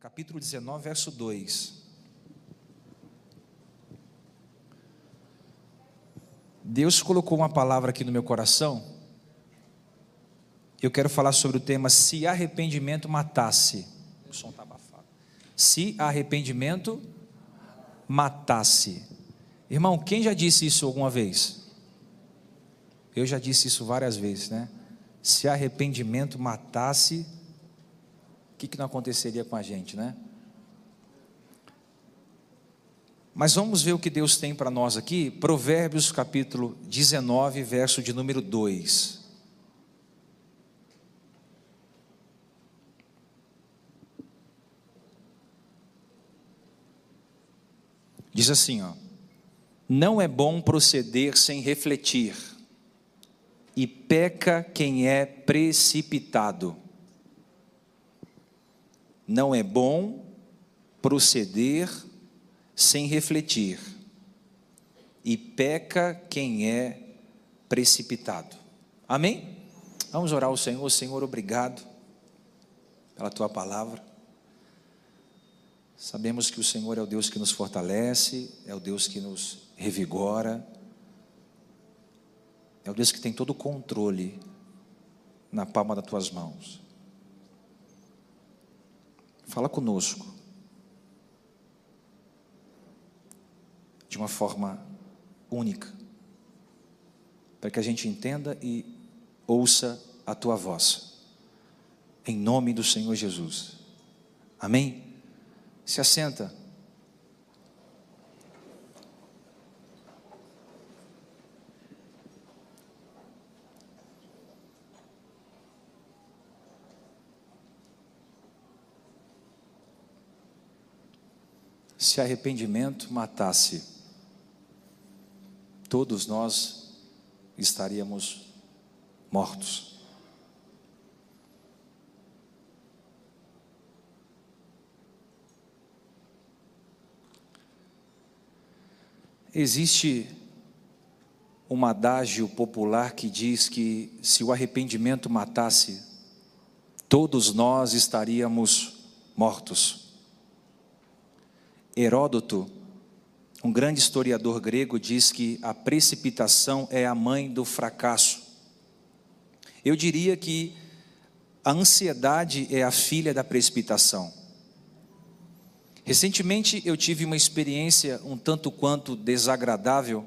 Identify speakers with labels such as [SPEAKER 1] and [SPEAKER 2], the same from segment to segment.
[SPEAKER 1] capítulo 19, verso 2. Deus colocou uma palavra aqui no meu coração. Eu quero falar sobre o tema: se arrependimento matasse. O som está abafado. Se arrependimento matasse. Irmão, quem já disse isso alguma vez? Eu já disse isso várias vezes, né? Se arrependimento matasse, o que não aconteceria com a gente, né? Mas vamos ver o que Deus tem para nós aqui. Provérbios capítulo 19, verso de número 2. Diz assim, ó: não é bom proceder sem refletir, e peca quem é precipitado. Não é bom proceder sem refletir, e peca quem é precipitado. Amém? Vamos orar ao Senhor. Senhor, obrigado pela Tua palavra. Sabemos que o Senhor é o Deus que nos fortalece, é o Deus que nos revigora, é o Deus que tem todo o controle na palma das Tuas mãos. Fala conosco de uma forma única, para que a gente entenda e ouça a Tua voz, em nome do Senhor Jesus. Amém? Se assenta. Se arrependimento matasse, todos nós estaríamos mortos. Existe um adágio popular que diz que se o arrependimento matasse, todos nós estaríamos mortos. Heródoto, um grande historiador grego, diz que a precipitação é a mãe do fracasso. Eu diria que a ansiedade é a filha da precipitação. Recentemente eu tive uma experiência um tanto quanto desagradável,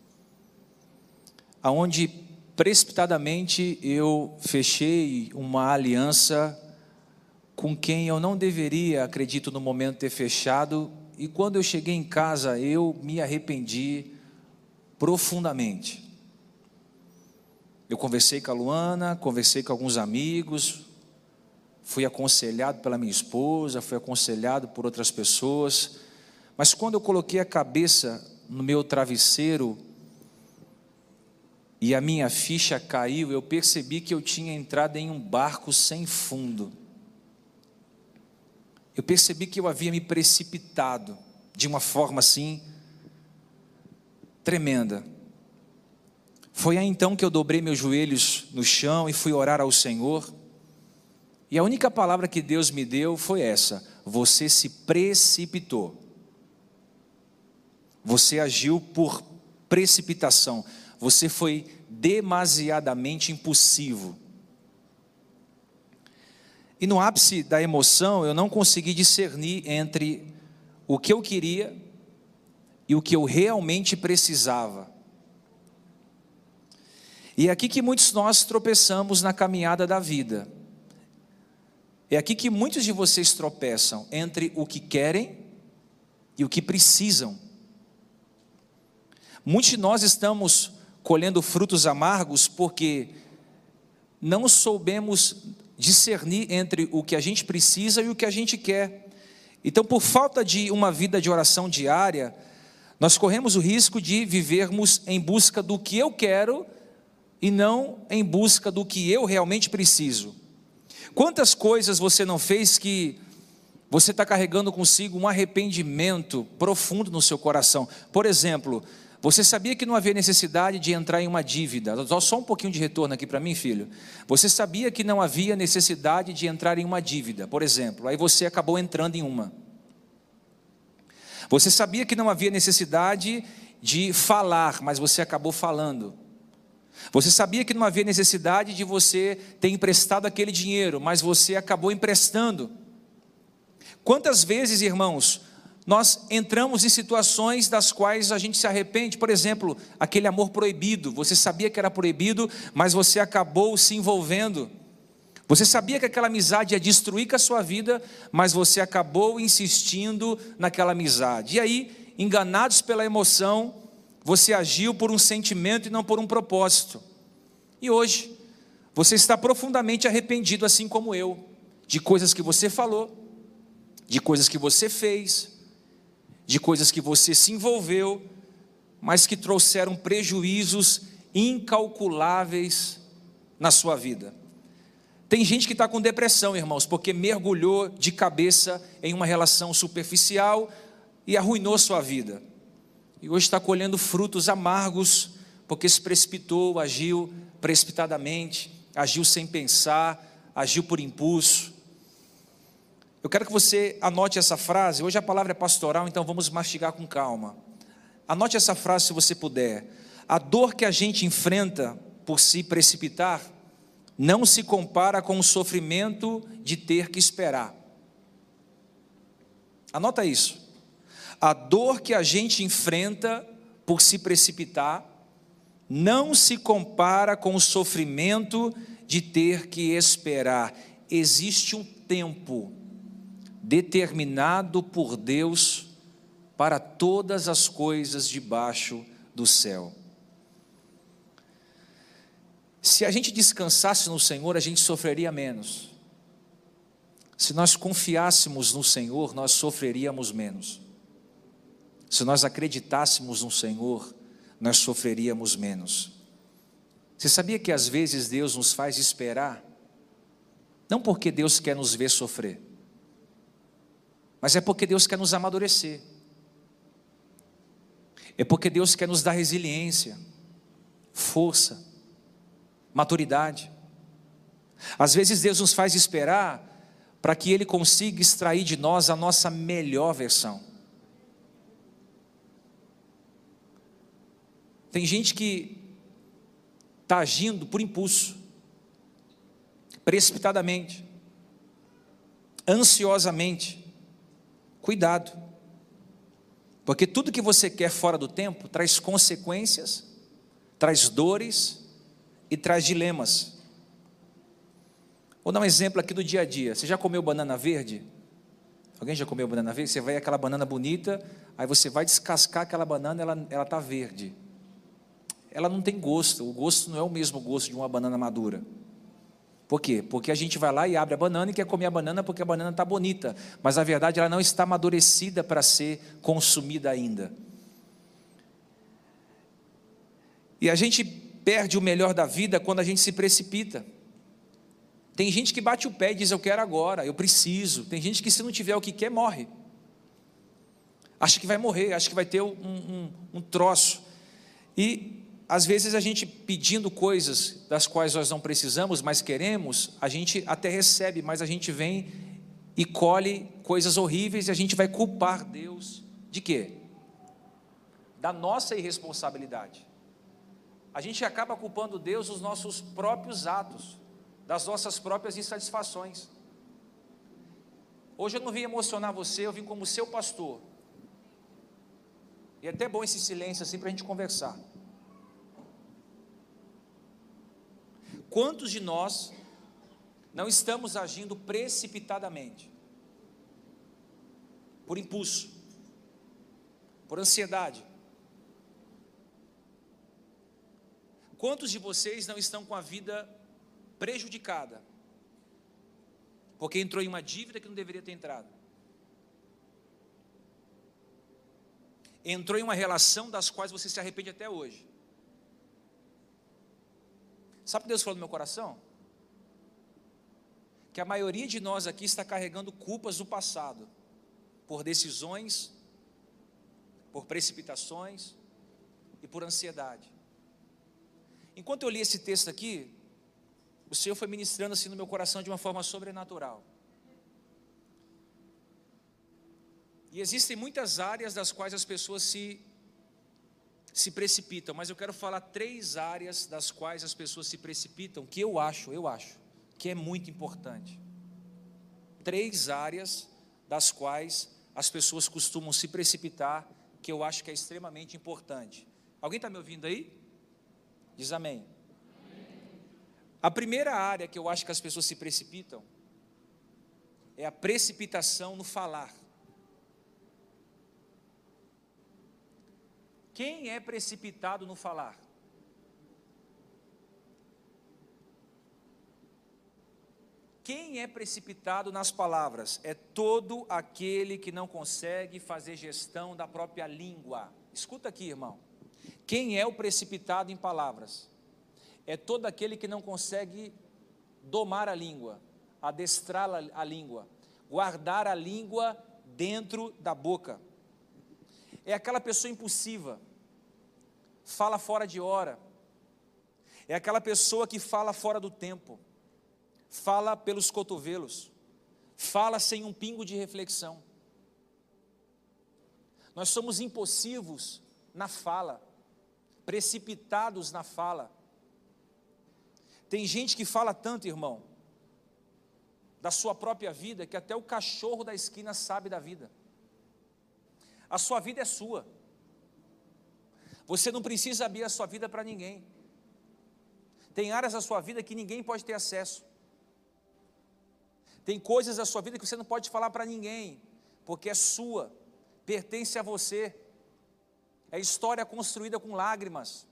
[SPEAKER 1] aonde precipitadamente eu fechei uma aliança com quem eu não deveria, acredito, no momento ter fechado, e quando eu cheguei em casa eu me arrependi profundamente. Eu conversei com a Luana, conversei com alguns amigos, fui aconselhado pela minha esposa, fui aconselhado por outras pessoas, mas quando eu coloquei a cabeça no meu travesseiro e a minha ficha caiu, eu percebi que eu tinha entrado em um barco sem fundo. Eu percebi que eu havia me precipitado de uma forma assim tremenda. Foi aí então que eu dobrei meus joelhos no chão e fui orar ao Senhor. E a única palavra que Deus me deu foi essa: você se precipitou. Você agiu por precipitação. Você foi demasiadamente impulsivo. E no ápice da emoção, eu não consegui discernir entre o que eu queria e o que eu realmente precisava. E é aqui que muitos de nós tropeçamos na caminhada da vida. É aqui que muitos de vocês tropeçam entre o que querem e o que precisam. Muitos de nós estamos colhendo frutos amargos porque não soubemos discernir entre o que a gente precisa e o que a gente quer. Então, por falta de uma vida de oração diária, nós corremos o risco de vivermos em busca do que eu quero e não em busca do que eu realmente preciso. Quantas coisas você não fez que você está carregando consigo um arrependimento profundo no seu coração? Por exemplo, Você sabia que não havia necessidade de entrar em uma dívida? Só um pouquinho de retorno aqui para mim, filho. Você sabia que não havia necessidade de entrar em uma dívida, por exemplo, aí você acabou entrando em uma. Você sabia que não havia necessidade de falar, mas você acabou falando. Você sabia que não havia necessidade de você ter emprestado aquele dinheiro, mas você acabou emprestando. Quantas vezes, irmãos, nós entramos em situações das quais a gente se arrepende? Por exemplo, aquele amor proibido. Você sabia que era proibido, mas você acabou se envolvendo. Você sabia que aquela amizade ia destruir com a sua vida, mas você acabou insistindo naquela amizade. E aí, enganados pela emoção, você agiu por um sentimento e não por um propósito. E hoje, você está profundamente arrependido, assim como eu, de coisas que você falou, de coisas que você fez, de coisas que você se envolveu, mas que trouxeram prejuízos incalculáveis na sua vida. Tem gente que está com depressão, irmãos, porque mergulhou de cabeça em uma relação superficial e arruinou sua vida. E hoje está colhendo frutos amargos, porque se precipitou, agiu precipitadamente, agiu sem pensar, agiu por impulso. Eu quero que você anote essa frase. Hoje a palavra é pastoral, então vamos mastigar com calma. Anote essa frase se você puder. A dor que a gente enfrenta por se precipitar não se compara com o sofrimento de ter que esperar. Anota isso. A dor que a gente enfrenta por se precipitar não se compara com o sofrimento de ter que esperar. Existe um tempo determinado por Deus para todas as coisas debaixo do céu. Se a gente descansasse no Senhor, a gente sofreria menos. Se nós confiássemos no Senhor, nós sofreríamos menos. Se nós acreditássemos no Senhor, nós sofreríamos menos. Você sabia que às vezes Deus nos faz esperar? Não porque Deus quer nos ver sofrer, mas é porque Deus quer nos amadurecer. É porque Deus quer nos dar resiliência, força, maturidade. Às vezes Deus nos faz esperar para que Ele consiga extrair de nós a nossa melhor versão. Tem gente que está agindo por impulso, precipitadamente, ansiosamente. Cuidado, porque tudo que você quer fora do tempo traz consequências, traz dores e traz dilemas. Vou dar um exemplo aqui do dia a dia. Você já comeu banana verde? Alguém já comeu banana verde? Você vai aquela banana bonita, aí você vai descascar aquela banana, ela está verde. Ela não tem gosto, o gosto não é o mesmo gosto de uma banana madura. Por quê? Porque a gente vai lá e abre a banana e quer comer a banana porque a banana está bonita, mas na verdade ela não está amadurecida para ser consumida ainda. E a gente perde o melhor da vida quando a gente se precipita. Tem gente que bate o pé e diz: eu quero agora, eu preciso. Tem gente que se não tiver o que quer, morre. Acha que vai morrer, acha que vai ter um troço. E às vezes a gente pedindo coisas das quais nós não precisamos, mas queremos, a gente até recebe, mas a gente vem e colhe coisas horríveis e a gente vai culpar Deus de quê? Da nossa irresponsabilidade. A gente acaba culpando Deus dos nossos próprios atos, das nossas próprias insatisfações. Hoje eu não vim emocionar você, eu vim como seu pastor. E é até bom esse silêncio assim para a gente conversar. Quantos de nós não estamos agindo precipitadamente? Por impulso, por ansiedade. Quantos de vocês não estão com a vida prejudicada? Porque entrou em uma dívida que não deveria ter entrado. Entrou em uma relação das quais você se arrepende até hoje. Sabe o que Deus falou no meu coração? Que a maioria de nós aqui está carregando culpas do passado, por decisões, por precipitações, e por ansiedade. Enquanto eu li esse texto aqui, o Senhor foi ministrando assim no meu coração de uma forma sobrenatural. E existem muitas áreas das quais as pessoas se precipitam, mas eu quero falar 3 áreas das quais as pessoas se precipitam, que eu acho que é muito importante. 3 áreas das quais as pessoas costumam se precipitar, que eu acho que é extremamente importante. Alguém está me ouvindo aí? Diz amém. A primeira área que eu acho que as pessoas se precipitam é a precipitação no falar. Quem é precipitado no falar? Quem é precipitado nas palavras? É todo aquele que não consegue fazer gestão da própria língua. Escuta aqui, irmão. Quem é o precipitado em palavras? É todo aquele que não consegue domar a língua, adestrar a língua, guardar a língua dentro da boca. É aquela pessoa impulsiva, fala fora de hora. É aquela pessoa que fala fora do tempo, fala pelos cotovelos, fala sem um pingo de reflexão. Nós somos impulsivos na fala, precipitados na fala. Tem gente que fala tanto, irmão, da sua própria vida, que até o cachorro da esquina sabe da vida. A sua vida é sua. Você não precisa abrir a sua vida para ninguém. Tem áreas da sua vida que ninguém pode ter acesso. Tem coisas da sua vida que você não pode falar para ninguém, porque é sua, pertence a você. É história construída com lágrimas.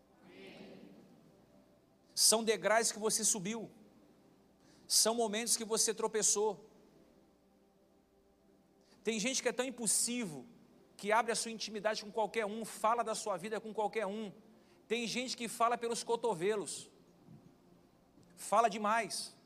[SPEAKER 1] São degraus que você subiu. São momentos que você tropeçou. Tem gente que é tão impulsivo, que abre a sua intimidade com qualquer um, fala da sua vida com qualquer um. Tem gente que fala pelos cotovelos. Fala demais.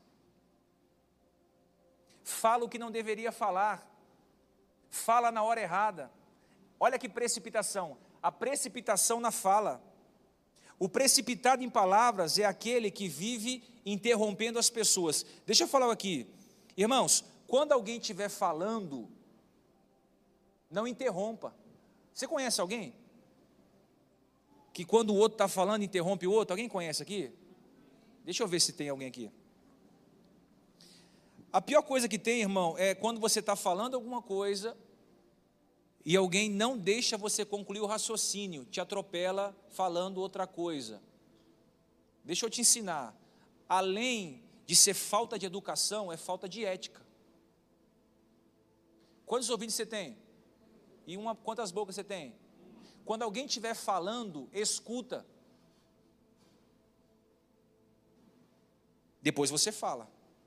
[SPEAKER 1] Fala o que não deveria falar. Fala na hora errada. Olha que precipitação. A precipitação na fala. O precipitado em palavras é aquele que vive interrompendo as pessoas. Deixa eu falar aqui. Irmãos, quando alguém estiver falando, não interrompa. Você conhece alguém que quando o outro está falando, interrompe o outro? Alguém conhece aqui? Deixa eu ver se tem alguém aqui. A pior coisa que tem, irmão, é quando você está falando alguma coisa e alguém não deixa você concluir o raciocínio, te atropela falando outra coisa. Deixa eu te ensinar. Além de ser falta de educação, é falta de ética. Quantos ouvidos você tem? E quantas bocas você tem? Quando alguém estiver falando, escuta. Depois você fala.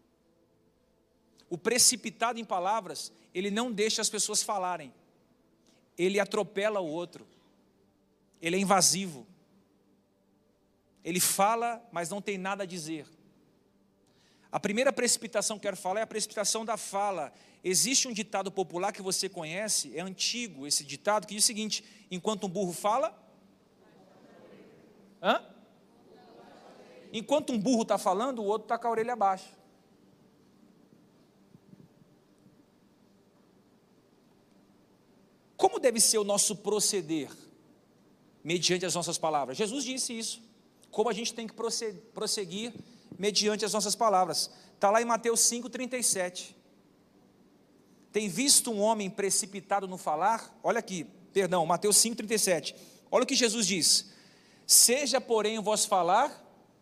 [SPEAKER 1] O precipitado em palavras, ele não deixa as pessoas falarem. Ele atropela o outro. Ele é invasivo. Ele fala, mas não tem nada a dizer. A primeira precipitação que eu quero falar é a precipitação da fala. Existe um ditado popular que você conhece, é antigo esse ditado, que diz o seguinte: enquanto um burro fala... Enquanto um burro está falando, o outro está com a orelha abaixo. Como deve ser o nosso proceder mediante as nossas palavras? Jesus disse isso. Como a gente tem que prosseguir mediante as nossas palavras. Está lá em Mateus 5,37. Tem visto um homem precipitado no falar? Olha aqui, perdão, Mateus 5,37. Olha o que Jesus diz. Seja, porém, o vosso falar,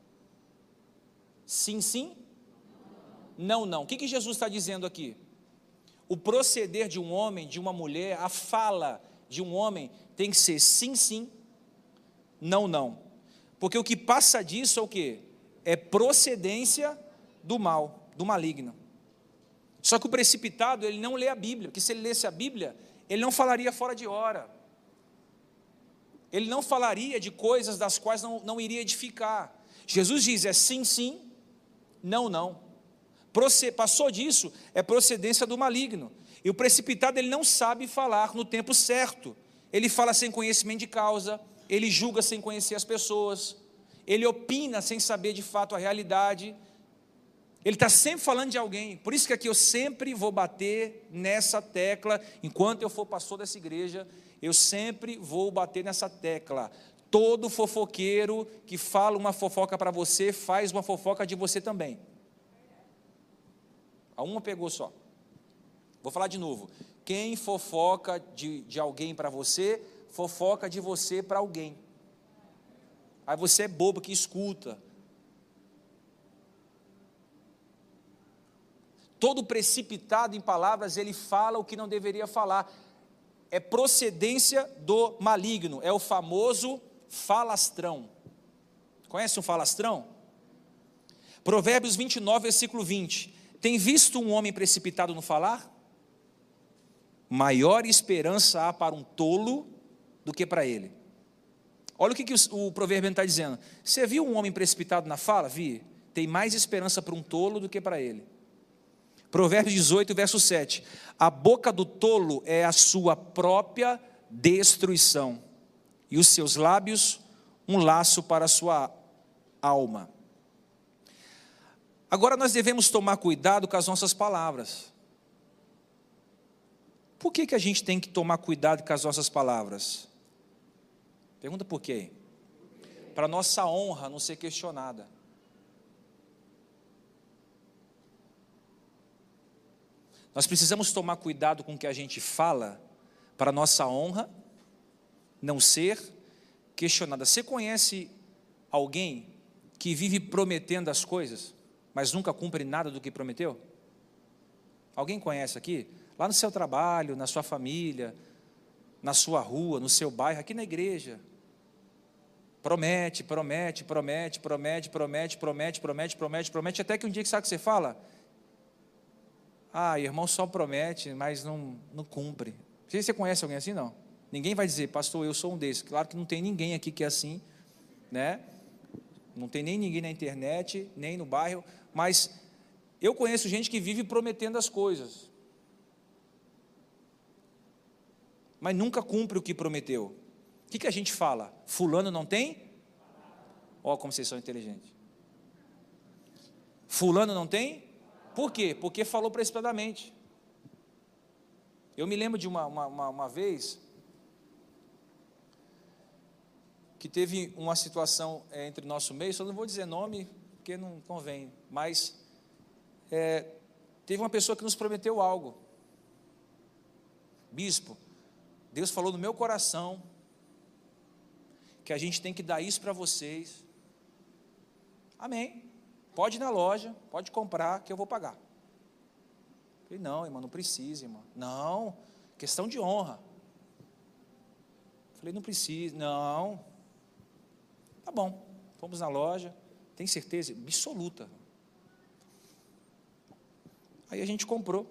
[SPEAKER 1] sim, sim, não, não. O que Jesus está dizendo aqui? O proceder de um homem, de uma mulher, a fala de um homem tem que ser sim, sim, não, não. Porque o que passa disso é o quê? É procedência do mal, do maligno. Só que o precipitado, ele não lê a Bíblia, porque se ele lesse a Bíblia, ele não falaria fora de hora. Ele não falaria de coisas das quais não iria edificar. Jesus diz, é sim, sim, não, não. Passou disso, é procedência do maligno. E o precipitado, ele não sabe falar no tempo certo. Ele fala sem conhecimento de causa, ele julga sem conhecer as pessoas, ele opina sem saber de fato a realidade, ele está sempre falando de alguém. Por isso que aqui eu sempre vou bater nessa tecla, enquanto eu for pastor dessa igreja, eu sempre vou bater nessa tecla. Todo fofoqueiro que fala uma fofoca para você, faz uma fofoca de você também. A uma pegou só. Vou falar de novo. Quem fofoca de alguém para você, fofoca de você para alguém. Aí você é bobo que escuta. Todo precipitado em palavras, ele fala o que não deveria falar. É procedência do maligno, é o famoso falastrão. Conhece um falastrão? Provérbios 29, versículo 20. Tem visto um homem precipitado no falar? Maior esperança há para um tolo do que para ele. Olha o que o provérbio está dizendo. Você viu um homem precipitado na fala? Vi. Tem mais esperança para um tolo do que para ele. Provérbios 18, verso 7. A boca do tolo é a sua própria destruição, e os seus lábios um laço para a sua alma. Agora nós devemos tomar cuidado com as nossas palavras. Por que a gente tem que tomar cuidado com as nossas palavras? Pergunta por quê? Para nossa honra não ser questionada. Nós precisamos tomar cuidado com o que a gente fala, para nossa honra não ser questionada. Você conhece alguém que vive prometendo as coisas, mas nunca cumpre nada do que prometeu? Alguém conhece aqui? Lá no seu trabalho, na sua família, na sua rua, no seu bairro, aqui na igreja. Promete, promete, promete, promete, promete, promete, promete, promete, promete, até que um dia que sabe o que você fala? Ah, irmão só promete, mas não cumpre. Você conhece alguém assim? Não. Ninguém vai dizer, pastor, eu sou um desses. Claro que não tem ninguém aqui que é assim, né? Não tem nem ninguém na internet, nem no bairro, mas eu conheço gente que vive prometendo as coisas, mas nunca cumpre o que prometeu. O que a gente fala? Fulano não tem? Ó, como vocês são inteligentes. Fulano não tem? Por quê? Porque falou precipitadamente. Eu me lembro de uma vez que teve uma situação entre nosso meio, só não vou dizer nome, porque não convém, mas teve uma pessoa que nos prometeu algo. Bispo, Deus falou no meu coração que a gente tem que dar isso para vocês. Amém. Pode ir na loja, pode comprar, que eu vou pagar. Eu falei, não, irmão, não precisa, irmão. Não, questão de honra. Eu falei, não precisa, não. Tá bom, fomos na loja, tem certeza? Absoluta. Aí a gente comprou.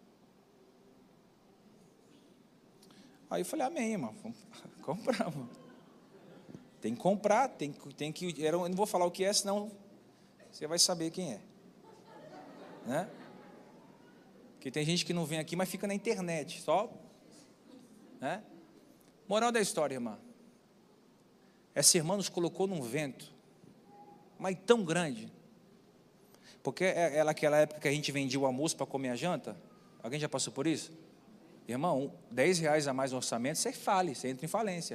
[SPEAKER 1] Aí eu falei, amém, irmão, compramos. Tem que comprar, tem que... Eu não vou falar o que é, senão você vai saber quem é. Né? Porque tem gente que não vem aqui, mas fica na internet, só. Né? Moral da história, irmã. Essa irmã nos colocou num vento, mas tão grande. Porque ela, aquela época que a gente vendia o almoço para comer a janta, alguém já passou por isso? Irmão, R$10 a mais no orçamento, você fale, você entra em falência.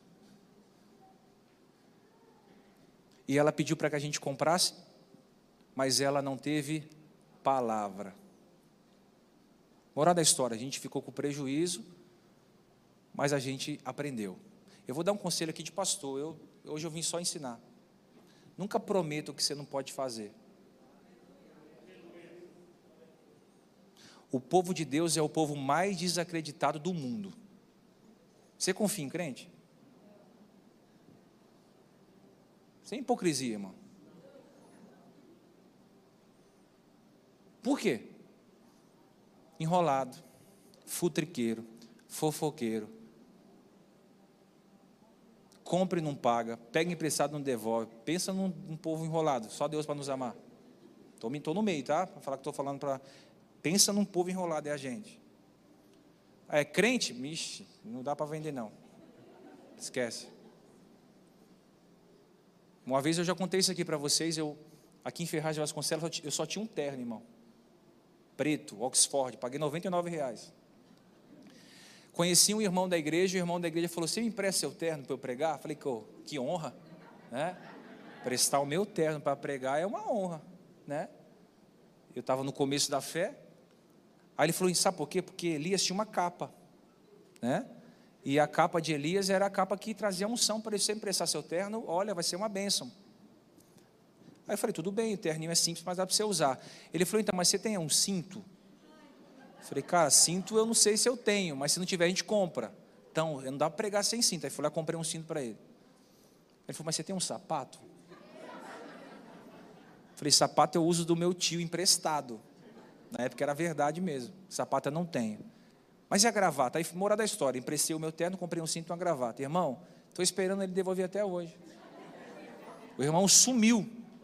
[SPEAKER 1] E ela pediu para que a gente comprasse, mas ela não teve palavra. Moral da história, a gente ficou com prejuízo, mas a gente aprendeu. Eu vou dar um conselho aqui de pastor, hoje eu vim só ensinar. Nunca prometa o que você não pode fazer. O povo de Deus é o povo mais desacreditado do mundo. Você confia em crente? Sem hipocrisia, irmão. Por quê? Enrolado, futriqueiro, fofoqueiro. Compra e não paga, pega emprestado e não devolve. Pensa num povo enrolado, só Deus para nos amar. Estou no meio, tá? Para falar que estou falando para... Pensa num povo enrolado, é a gente. É crente? Mixe, não dá para vender não. Esquece. Uma vez eu já contei isso aqui para vocês, aqui em Ferraz de Vasconcelos, eu só tinha um terno, irmão. Preto, Oxford, paguei R$99. Conheci um irmão da igreja, o irmão da igreja falou, você me empresta seu terno para eu pregar? Falei, que honra, né? Prestar o meu terno para pregar é uma honra, né? Eu estava no começo da fé, aí ele falou, sabe por quê? Porque Elias tinha uma capa, né? E a capa de Elias era a capa que trazia unção para ele sempre emprestar seu terno, olha, vai ser uma bênção. Aí eu falei, tudo bem, o terninho é simples, mas dá para você usar. Ele falou, então, mas você tem um cinto? Eu falei, cara, cinto eu não sei se eu tenho, mas se não tiver a gente compra. Então, não dá para pregar sem cinto. Aí fui lá, comprei um cinto para ele. Ele falou, mas você tem um sapato? Eu falei, sapato eu uso do meu tio emprestado. Na época era verdade mesmo, sapato eu não tenho. Mas e a gravata? Aí, moral da história, emprestei o meu terno, comprei um cinto e uma gravata. Irmão, estou esperando ele devolver até hoje. O irmão sumiu.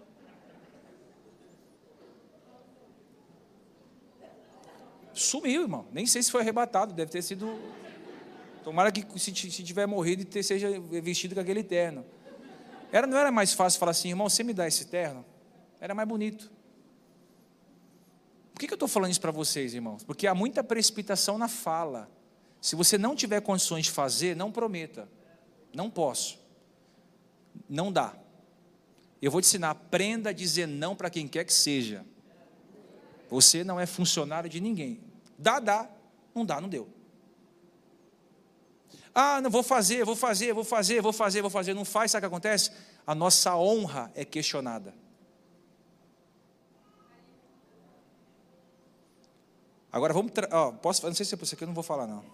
[SPEAKER 1] Sumiu, irmão. Nem sei se foi arrebatado, deve ter sido... Tomara que se tiver morrido, seja vestido com aquele terno. Não era mais fácil falar assim, irmão, você me dá esse terno? Era mais bonito. Por que eu estou falando isso para vocês, irmãos? Porque há muita precipitação na fala. Se você não tiver condições de fazer, não prometa. Não posso. Não dá. Eu vou te ensinar, aprenda a dizer não para quem quer que seja. Você não é funcionário de ninguém. Dá. Não dá, não deu. Não, vou fazer. Não faz, sabe o que acontece? A nossa honra é questionada. Agora vamos... posso? Não sei se é por isso aqui, eu não vou falar não.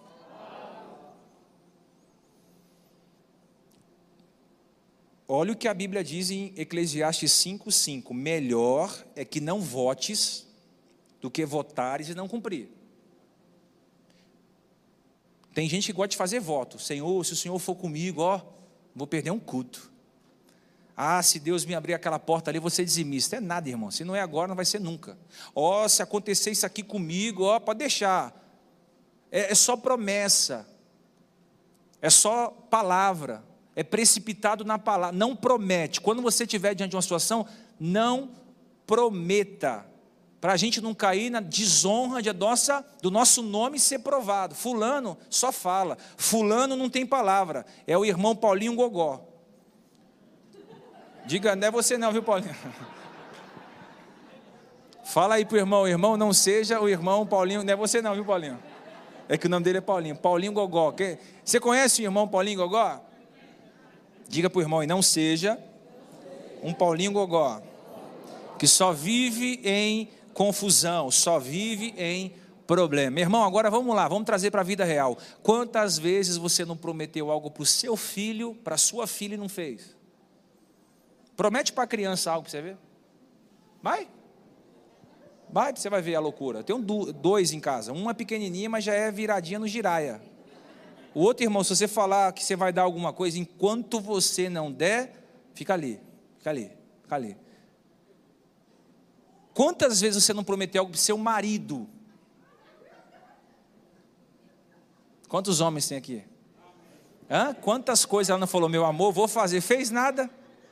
[SPEAKER 1] Olha o que a Bíblia diz em Eclesiastes 5:5. Melhor é que não votes do que votares e não cumprir. Tem gente que gosta de fazer voto. Senhor, se o Senhor for comigo, vou perder um culto. Se Deus me abrir aquela porta ali, vou ser dizimista. É nada, irmão. Se não é agora, não vai ser nunca. Se acontecer isso aqui comigo, pode deixar. É só promessa. É só palavra. É precipitado na palavra. Não promete. Quando você estiver diante de uma situação, não prometa. Para a gente não cair na desonra do nosso nome ser provado. Fulano só fala. Fulano não tem palavra. É o irmão Paulinho Gogó. Diga, não é você não, viu, Paulinho? Fala aí para o irmão não seja o irmão Paulinho, não é você não, viu, Paulinho? É que o nome dele é Paulinho, Paulinho Gogó. Você conhece o irmão Paulinho Gogó? Diga para o irmão, e não seja um Paulinho Gogó, que só vive em confusão, só vive em problema. Meu irmão, agora vamos lá, vamos trazer para a vida real. Quantas vezes você não prometeu algo para o seu filho, para a sua filha e não fez? Promete para a criança algo para você ver. Vai, você vai ver a loucura. Eu tenho dois em casa, uma pequenininha, mas já é viradinha no giraia. O outro, irmão, se você falar que você vai dar alguma coisa, enquanto você não der, fica ali. Quantas vezes você não prometeu algo para o seu marido? Quantos homens tem aqui? Quantas coisas ela não falou, meu amor, vou fazer, fez nada?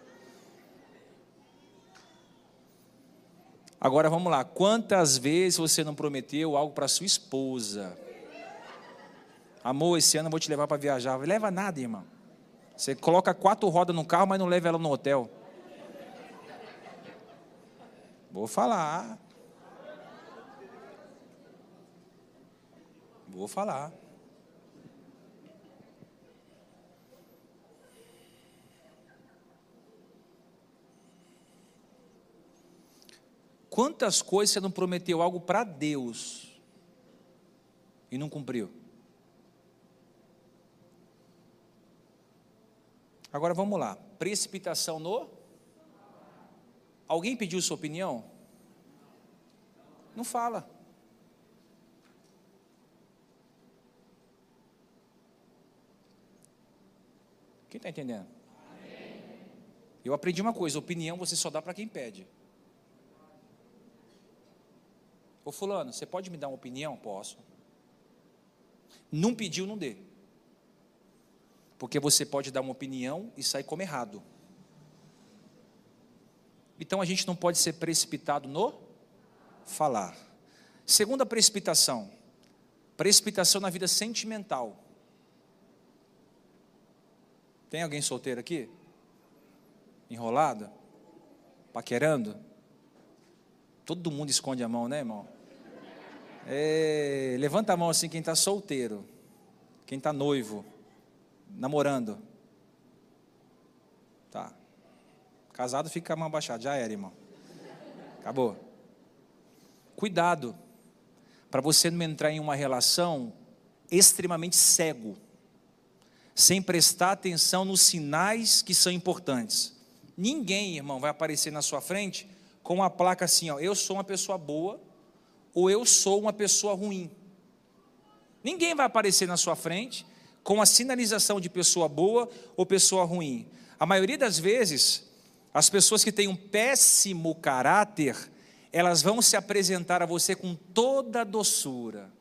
[SPEAKER 1] Agora vamos lá, quantas vezes você não prometeu algo para sua esposa? Amor, esse ano eu vou te levar para viajar. Não leva nada, irmão. Você coloca 4 rodas no carro, mas não leva ela no hotel. Vou falar. Quantas coisas você não prometeu algo para Deus e não cumpriu? Agora vamos lá, precipitação no... Alguém pediu sua opinião? Não fala. Quem está entendendo? Eu aprendi uma coisa, opinião você só dá para quem pede. Ô fulano, você pode me dar uma opinião? Posso. Não pediu, não dê. Porque você pode dar uma opinião e sair como errado. Então a gente não pode ser precipitado no falar. Segunda precipitação, precipitação na vida sentimental. Tem alguém solteiro aqui? Enrolado? Paquerando? Todo mundo esconde a mão, né, irmão? Levanta a mão assim quem está solteiro, quem está noivo, namorando. Tá. Casado fica a mão abaixada, já era, irmão. Acabou. Cuidado, para você não entrar em uma relação extremamente cego, sem prestar atenção nos sinais que são importantes. Ninguém, irmão, vai aparecer na sua frente com uma placa assim, ó, eu sou uma pessoa boa, ou eu sou uma pessoa ruim. Ninguém vai aparecer na sua frente com a sinalização de pessoa boa ou pessoa ruim. A maioria das vezes, as pessoas que têm um péssimo caráter, elas vão se apresentar a você com toda a doçura,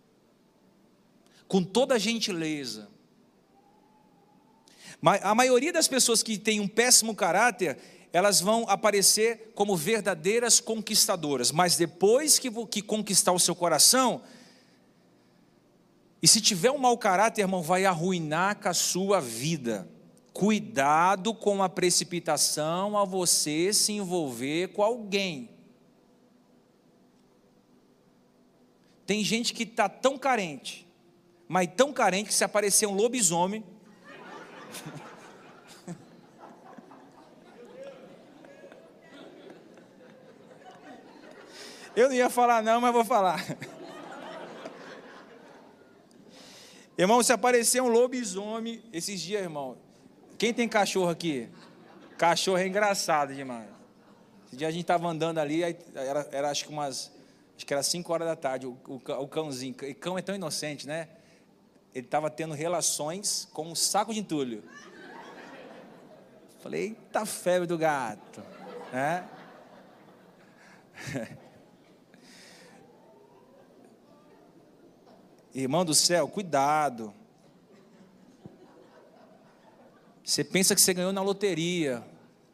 [SPEAKER 1] com toda a gentileza. Mas a maioria das pessoas que têm um péssimo caráter, elas vão aparecer como verdadeiras conquistadoras, mas depois que conquistar o seu coração, e se tiver um mau caráter, irmão, vai arruinar com a sua vida. Cuidado com a precipitação a você se envolver com alguém. Tem gente que está tão carente, mas tão carente que se aparecer um lobisomem, eu não ia falar não, mas vou falar. Irmão, se aparecer um lobisomem, esses dias, irmão, quem tem cachorro aqui? Cachorro é engraçado demais. Esse dia a gente estava andando ali, aí era acho que era 5 horas da tarde, o cãozinho, e cão é tão inocente, né? Ele estava tendo relações com um saco de entulho. Falei, eita febre do gato, né? Irmão do céu, cuidado. Você pensa que você ganhou na loteria,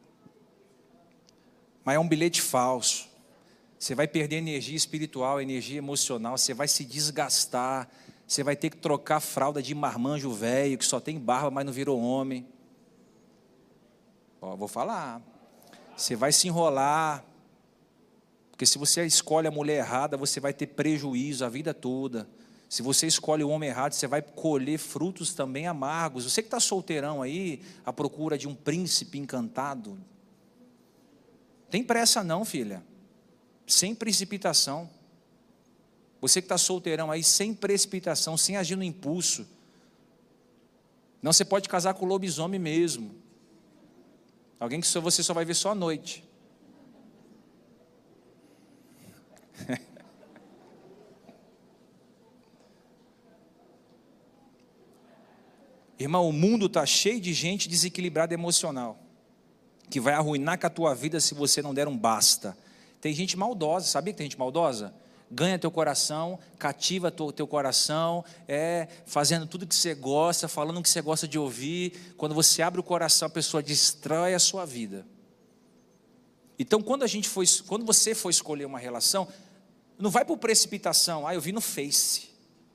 [SPEAKER 1] mas é um bilhete falso. Você vai perder energia espiritual, energia emocional, você vai se desgastar, você vai ter que trocar a fralda de marmanjo velho, que só tem barba, mas não virou homem. Ó, vou falar. Você vai se enrolar, porque se você escolhe a mulher errada, você vai ter prejuízo a vida toda. Se você escolhe o homem errado, você vai colher frutos também amargos. Você que está solteirão aí, à procura de um príncipe encantado, tem pressa não, filha. Sem precipitação. Você que está solteirão aí, sem precipitação, sem agir no impulso. Não, você pode casar com o lobisomem mesmo. Alguém que você só vai ver só à noite. Irmão, o mundo está cheio de gente desequilibrada emocional, que vai arruinar com a tua vida se você não der um basta. Tem gente maldosa, sabia que tem gente maldosa? Ganha teu coração, cativa teu coração, fazendo tudo que você gosta, falando o que você gosta de ouvir. Quando você abre o coração, a pessoa destrói a sua vida. Então, quando você for escolher uma relação, não vai por precipitação. Eu vi no Face.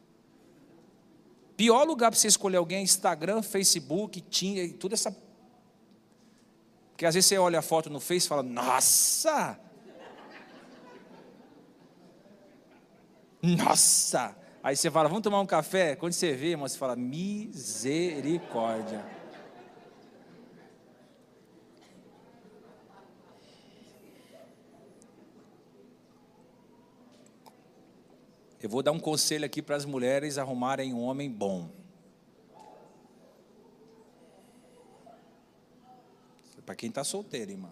[SPEAKER 1] Pior lugar para você escolher alguém é Instagram, Facebook, Tinder, tudo essa... Porque às vezes você olha a foto no Face e fala, nossa! Nossa! Aí você fala, vamos tomar um café? Quando você vê, irmão, você fala, misericórdia. Eu vou dar um conselho aqui para as mulheres arrumarem um homem bom. Para quem está solteiro, irmão.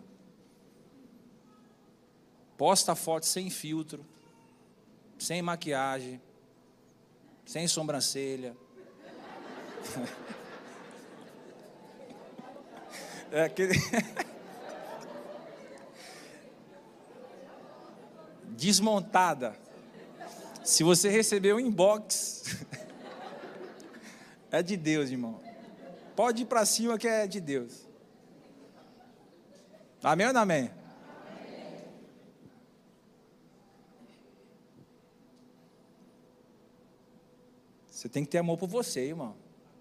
[SPEAKER 1] Posta foto sem filtro, sem maquiagem, sem sobrancelha. Desmontada. Se você receber um inbox, é de Deus, irmão. Pode ir para cima que é de Deus. Amém ou não amém? tem que ter amor por você, irmão.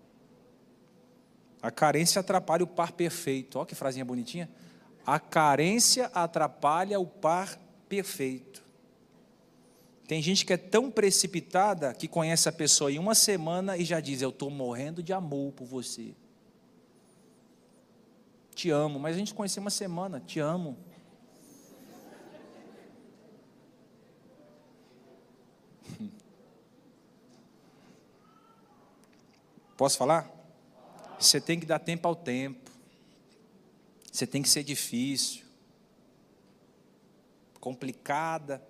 [SPEAKER 1] A carência atrapalha o par perfeito. Olha que frasinha bonitinha. A carência atrapalha o par perfeito. Tem gente que é tão precipitada que conhece a pessoa em uma semana e já diz: eu estou morrendo de amor por você. Te amo, mas a gente conheceu uma semana, te amo. Posso falar? Você tem que dar tempo ao tempo. Você tem que ser difícil, complicada.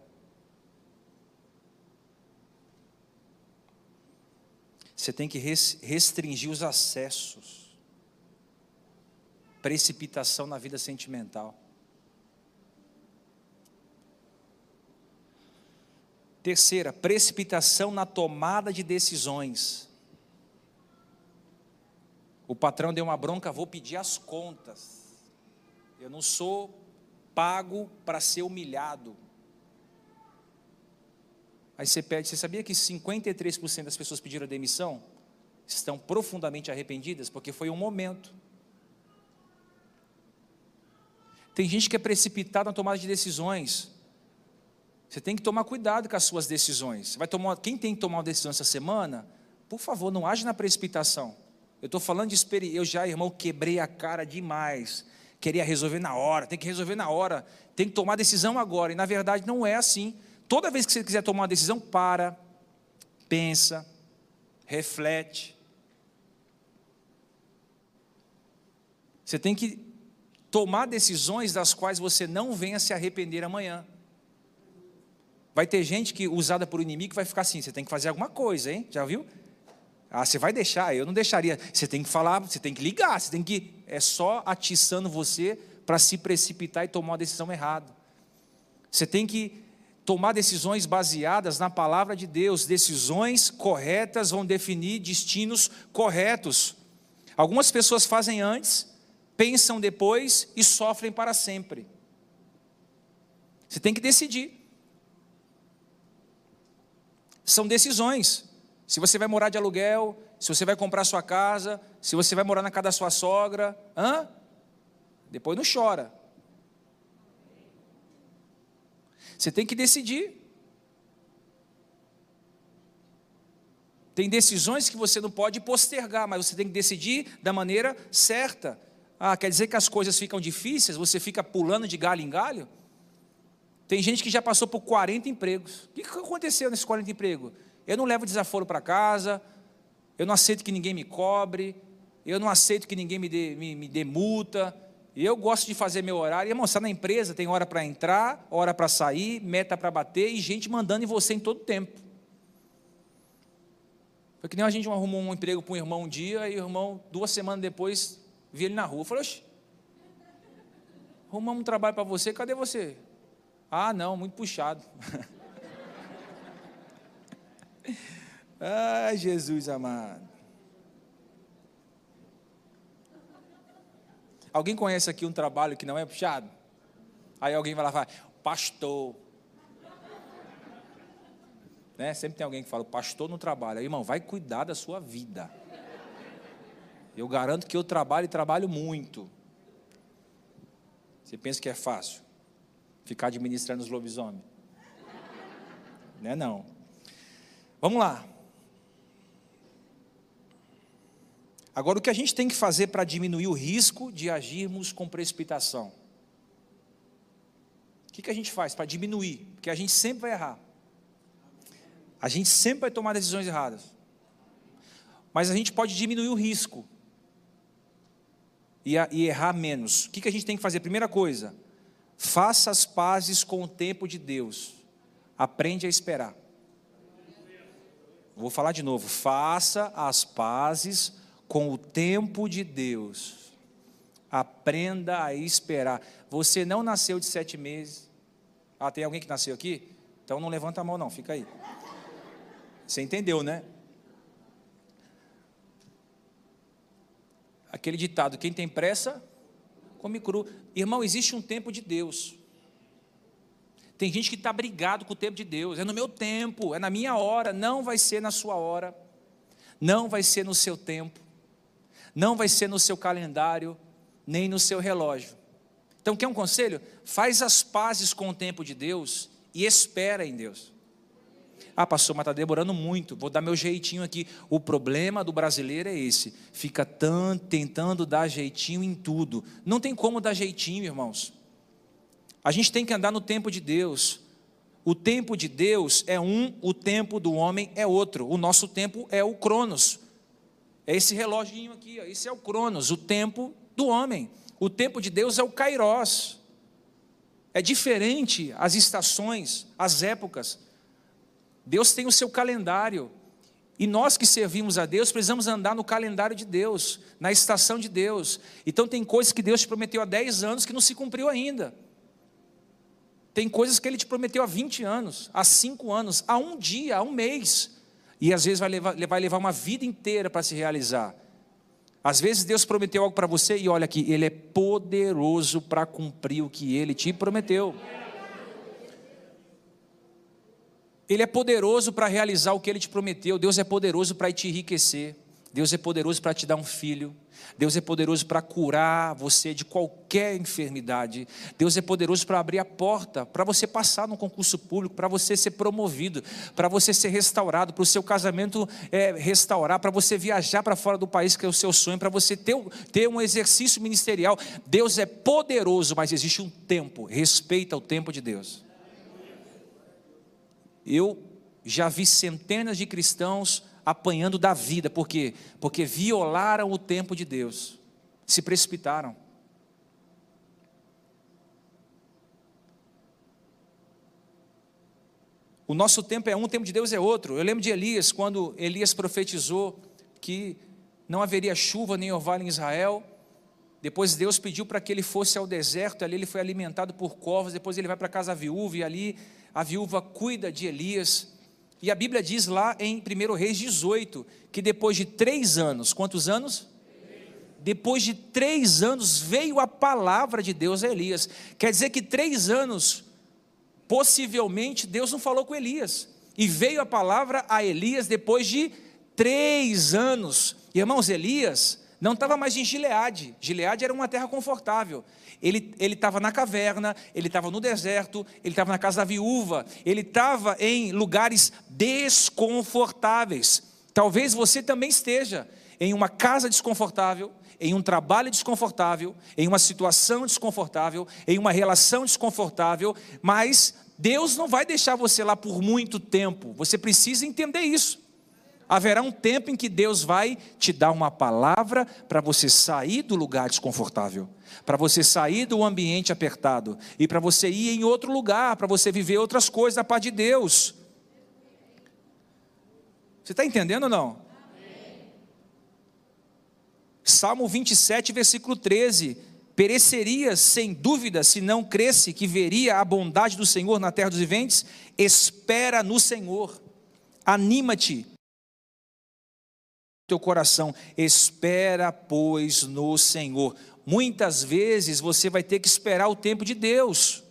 [SPEAKER 1] Você tem que restringir os acessos. Precipitação na vida sentimental. Terceira, precipitação na tomada de decisões. O patrão deu uma bronca, vou pedir as contas. Eu não sou pago para ser humilhado. Aí você pede, você sabia que 53% das pessoas pediram a demissão? Estão profundamente arrependidas, porque foi um momento. Tem gente que é precipitada na tomada de decisões. Você tem que tomar cuidado com as suas decisões. Quem tem que tomar uma decisão essa semana, por favor, não age na precipitação. Eu estou falando de experiência. Eu já, irmão, quebrei a cara demais. Queria resolver na hora, tem que resolver na hora. Tem que tomar decisão agora. E na verdade não é assim. Toda vez que você quiser tomar uma decisão, para, pensa, reflete. Você tem que tomar decisões das quais você não venha se arrepender amanhã. Vai ter gente que, usada por inimigo, vai ficar assim: você tem que fazer alguma coisa, hein? Já viu? Ah, você vai deixar? Eu não deixaria. Você tem que falar, você tem que ligar, você tem que... É só atiçando você para se precipitar e tomar uma decisão errada. Você tem que tomar decisões baseadas na palavra de Deus. Decisões corretas vão definir destinos corretos. Algumas pessoas fazem antes, pensam depois e sofrem para sempre. Você tem que decidir. São decisões. Se você vai morar de aluguel, se você vai comprar sua casa, se você vai morar na casa da sua sogra, depois não chora. Você tem que decidir. Tem decisões que você não pode postergar, mas você tem que decidir da maneira certa. Quer dizer que as coisas ficam difíceis, você fica pulando de galho em galho? Tem gente que já passou por 40 empregos. O que aconteceu nesses 40 empregos? Eu não levo desaforo para casa, eu não aceito que ninguém me cobre, eu não aceito que ninguém me dê multa, eu gosto de fazer meu horário. E, irmão, você está na empresa, tem hora para entrar, hora para sair, meta para bater e gente mandando em você em todo tempo. Foi que nem a gente arrumou um emprego para um irmão um dia, e o irmão, 2 semanas depois, vi ele na rua. Eu falei: oxe, arrumamos um trabalho para você, cadê você? Ah, não, muito puxado. Ai, Jesus amado. Alguém conhece aqui um trabalho que não é puxado? Aí alguém vai lá e fala: pastor. Né? Sempre tem alguém que fala: pastor no trabalho. Aí, irmão, vai cuidar da sua vida. Eu garanto que eu trabalho e trabalho muito. Você pensa que é fácil ficar administrando os lobisomens? Não é não. Vamos lá. Agora, o que a gente tem que fazer para diminuir o risco de agirmos com precipitação? O que a gente faz para diminuir? Porque a gente sempre vai errar. A gente sempre vai tomar decisões erradas. Mas a gente pode diminuir o risco e errar menos. O que a gente tem que fazer? Primeira coisa, faça as pazes com o tempo de Deus. Aprende a esperar. Vou falar de novo. Faça as pazes com o tempo de Deus. Aprenda a esperar. Você não nasceu de 7 meses. Tem alguém que nasceu aqui? Então não levanta a mão não, fica aí. Você entendeu, né? Aquele ditado: quem tem pressa, come cru. Irmão, existe um tempo de Deus. Tem gente que está brigado com o tempo de Deus. É no meu tempo, é na minha hora. Não vai ser na sua hora. Não vai ser no seu tempo, não vai ser no seu calendário, nem no seu relógio. Então, quer um conselho? Faz as pazes com o tempo de Deus e espera em Deus. Ah, pastor, mas está demorando muito, vou dar meu jeitinho aqui. O problema do brasileiro é esse, fica tentando dar jeitinho em tudo. Não tem como dar jeitinho, irmãos. A gente tem que andar no tempo de Deus. O tempo de Deus é um, o tempo do homem é outro. O nosso tempo é o Cronos. É esse reloginho aqui, ó. Esse é o Cronos, o tempo do homem. O tempo de Deus é o Kairos. É diferente as estações, as épocas. Deus tem o seu calendário. E nós que servimos a Deus, precisamos andar no calendário de Deus, na estação de Deus. Então tem coisas que Deus te prometeu há 10 anos que não se cumpriu ainda. Tem coisas que Ele te prometeu há 20 anos, há 5 anos, há um dia, há um mês. E às vezes vai levar uma vida inteira para se realizar. Às vezes Deus prometeu algo para você e olha aqui, Ele é poderoso para cumprir o que Ele te prometeu. Ele é poderoso para realizar o que Ele te prometeu. Deus é poderoso para te enriquecer. Deus é poderoso para te dar um filho. Deus é poderoso para curar você de qualquer enfermidade. Deus é poderoso para abrir a porta, para você passar num concurso público, para você ser promovido, para você ser restaurado, para o seu casamento restaurar, para você viajar para fora do país, que é o seu sonho, para você ter um exercício ministerial. Deus é poderoso, mas existe um tempo. Respeita o tempo de Deus. Eu já vi centenas de cristãos apanhando da vida. Por quê? Porque violaram o tempo de Deus, se precipitaram. O nosso tempo é um, o tempo de Deus é outro. Eu lembro de Elias, quando Elias profetizou que não haveria chuva nem orvalho em Israel. Depois Deus pediu para que ele fosse ao deserto, ali ele foi alimentado por corvos. Depois ele vai para a casa da viúva, e ali a viúva cuida de Elias. E a Bíblia diz lá em 1 Reis 18, que depois de 3 anos, quantos anos? Depois de 3 anos veio a palavra de Deus a Elias. Quer dizer que 3 anos, possivelmente Deus não falou com Elias. E veio a palavra a Elias depois de 3 anos. Irmãos, Elias não estava mais em Gileade. Gileade era uma terra confortável. Ele estava na caverna, ele estava no deserto, ele estava na casa da viúva, ele estava em lugares desconfortáveis. Talvez você também esteja em uma casa desconfortável, em um trabalho desconfortável, em uma situação desconfortável, em uma relação desconfortável, mas Deus não vai deixar você lá por muito tempo. Você precisa entender isso. Haverá um tempo em que Deus vai te dar uma palavra para você sair do lugar desconfortável, para você sair do ambiente apertado e para você ir em outro lugar, para você viver outras coisas da parte de Deus. Você está entendendo ou não? Amém. Salmo 27, versículo 13: pereceria sem dúvida se não cresse que veria a bondade do Senhor na terra dos viventes. Espera no Senhor, anima-te teu coração, espera pois no Senhor. Muitas vezes você vai ter que esperar o tempo de Deus,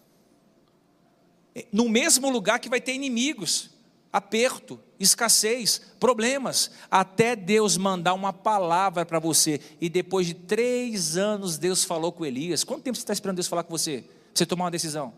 [SPEAKER 1] no mesmo lugar que vai ter inimigos, aperto, escassez, problemas, até Deus mandar uma palavra para você. E depois de 3 anos Deus falou com Elias. Quanto tempo você está esperando Deus falar com você, para você tomar uma decisão?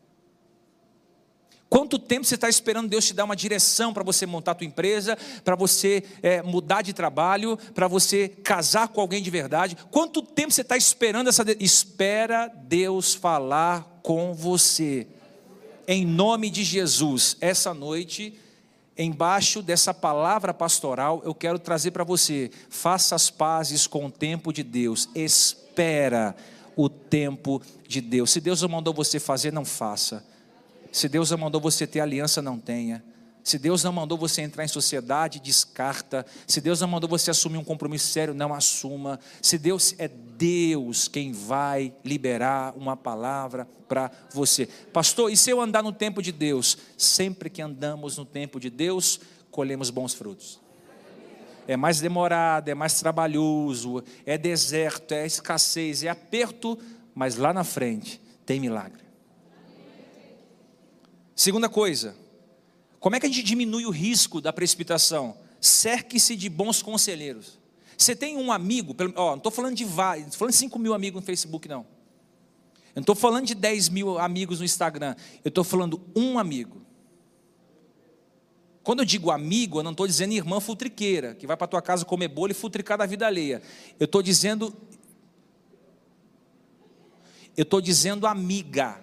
[SPEAKER 1] Quanto tempo você está esperando Deus te dar uma direção para você montar a tua empresa, para você mudar de trabalho, para você casar com alguém de verdade? Quanto tempo você está esperando Espera Deus falar com você. Em nome de Jesus, essa noite, embaixo dessa palavra pastoral, eu quero trazer para você: faça as pazes com o tempo de Deus. Espera o tempo de Deus. Se Deus não mandou você fazer, não faça. Se Deus não mandou você ter aliança, não tenha. Se Deus não mandou você entrar em sociedade, descarta. Se Deus não mandou você assumir um compromisso sério, não assuma. Se Deus é Deus quem vai liberar uma palavra para você. Pastor, e se eu andar no tempo de Deus? Sempre que andamos no tempo de Deus, colhemos bons frutos. É mais demorado, é mais trabalhoso, é deserto, é escassez, é aperto, mas lá na frente tem milagre. Segunda coisa, como é que a gente diminui o risco da precipitação? cerque-se de bons conselheiros. Você tem um amigo, não estou falando de vários, não estou falando de 5 mil amigos no Facebook, não. Eu não estou falando de 10 mil amigos no Instagram, eu estou falando um amigo. Quando eu digo amigo, eu não estou dizendo irmã futriqueira, que vai para a tua casa comer bolo e futricar da vida alheia. Eu estou dizendo amiga.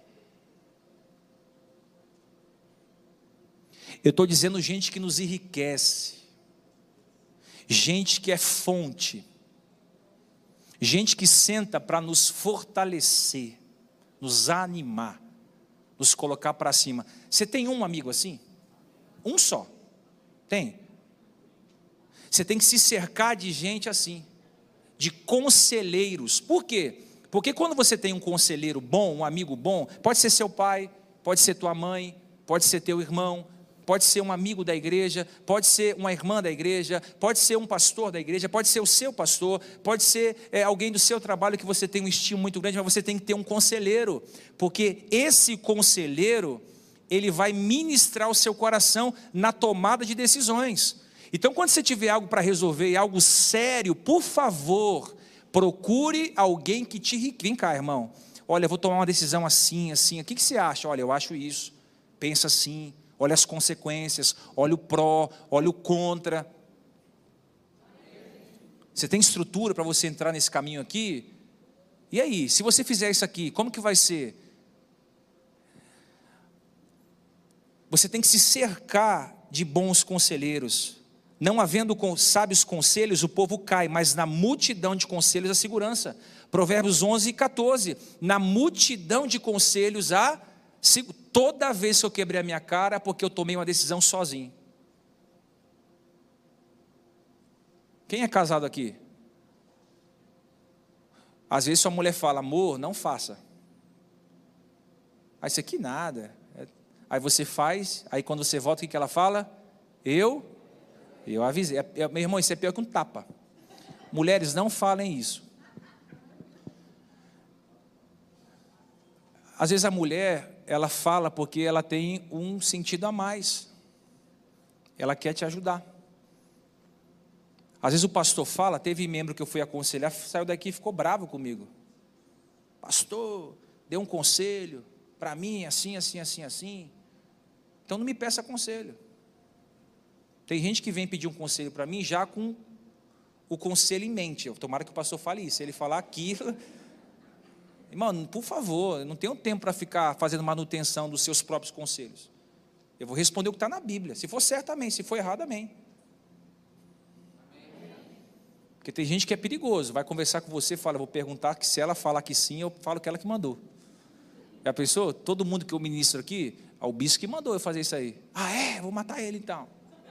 [SPEAKER 1] Eu estou dizendo gente que nos enriquece. Gente que é fonte. Gente que senta para nos fortalecer, nos animar, nos colocar para cima. Você tem um amigo assim? Um só. Tem. Você tem que se cercar de gente assim, de conselheiros. Por quê? Porque quando você tem um conselheiro bom, um amigo bom, pode ser seu pai, pode ser tua mãe, pode ser teu irmão, pode ser um amigo da igreja, pode ser uma irmã da igreja, pode ser um pastor da igreja, pode ser o seu pastor, pode ser alguém do seu trabalho que você tem um estímulo muito grande, mas você tem que ter um conselheiro, porque esse conselheiro, ele vai ministrar o seu coração na tomada de decisões. Então, quando você tiver algo para resolver, algo sério, por favor, procure alguém que te enriqueça. Vem cá, irmão, olha, eu vou tomar uma decisão assim, assim, o que você acha? Olha, eu acho isso, pensa assim, olha as consequências, olha o pró, olha o contra. Você tem estrutura para você entrar nesse caminho aqui? E aí, se você fizer isso aqui, como que vai ser? Você tem que se cercar de bons conselheiros. Não havendo sábios conselhos, o povo cai, mas na multidão de conselhos há segurança. Provérbios 11 e 14. Na multidão de conselhos há segurança. Toda vez que eu quebrei a minha cara, porque eu tomei uma decisão sozinho. Quem é casado aqui? Às vezes sua mulher fala, amor, não faça. Aí isso aqui nada. Aí você faz, aí quando você volta, o que ela fala? Eu avisei. Meu irmão, isso é pior que um tapa. Mulheres, não falem isso. Às vezes a mulher, ela fala porque ela tem um sentido a mais. Ela quer te ajudar. Às vezes o pastor fala, teve membro que eu fui aconselhar, saiu daqui e ficou bravo comigo. Pastor, deu um conselho para mim, assim, assim, assim, assim. Então não me peça conselho. Tem gente que vem pedir um conselho para mim já com o conselho em mente. Tomara que o pastor fale isso. Se ele falar aquilo, irmão, por favor, eu não tenho tempo para ficar fazendo manutenção dos seus próprios conselhos. Eu vou responder o que está na Bíblia. Se for certo, amém. Se for errado, amém. Porque tem gente que é perigoso. Vai conversar com você, fala, vou perguntar que se ela falar que sim, eu falo que ela que mandou. Já pensou? Todo mundo que eu ministro aqui, o bispo que mandou eu fazer isso aí. Ah, é? Vou matar ele então.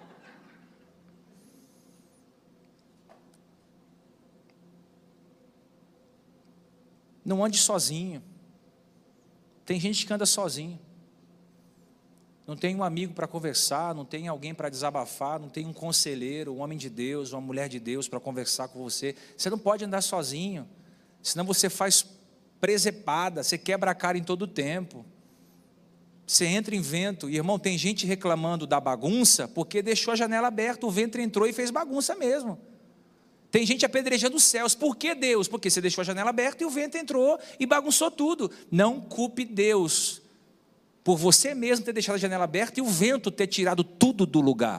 [SPEAKER 1] Não ande sozinho. Tem gente que anda sozinho. Não tem um amigo para conversar, não tem alguém para desabafar, não tem um conselheiro, um homem de Deus, uma mulher de Deus para conversar com você. Você não pode andar sozinho, senão você faz presepada, você quebra a cara em todo o tempo. Você entra em vento, e irmão, tem gente reclamando da bagunça, porque deixou a janela aberta, o vento entrou e fez bagunça mesmo. Tem gente apedrejando os céus, por que Deus? Porque você deixou a janela aberta e o vento entrou e bagunçou tudo. Não culpe Deus, por você mesmo ter deixado a janela aberta e o vento ter tirado tudo do lugar.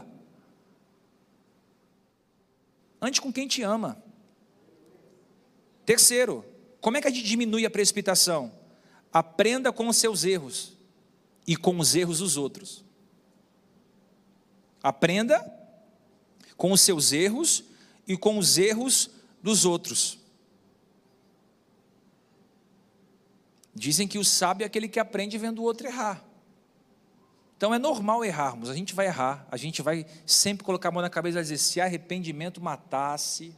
[SPEAKER 1] Ande com quem te ama. Terceiro, como é que a gente diminui a precipitação? Aprenda com os seus erros e com os erros dos outros. Aprenda com os seus erros e com os erros dos outros. Dizem que o sábio é aquele que aprende vendo o outro errar. Então é normal errarmos, a gente vai errar, a gente vai sempre colocar a mão na cabeça e dizer, se arrependimento matasse,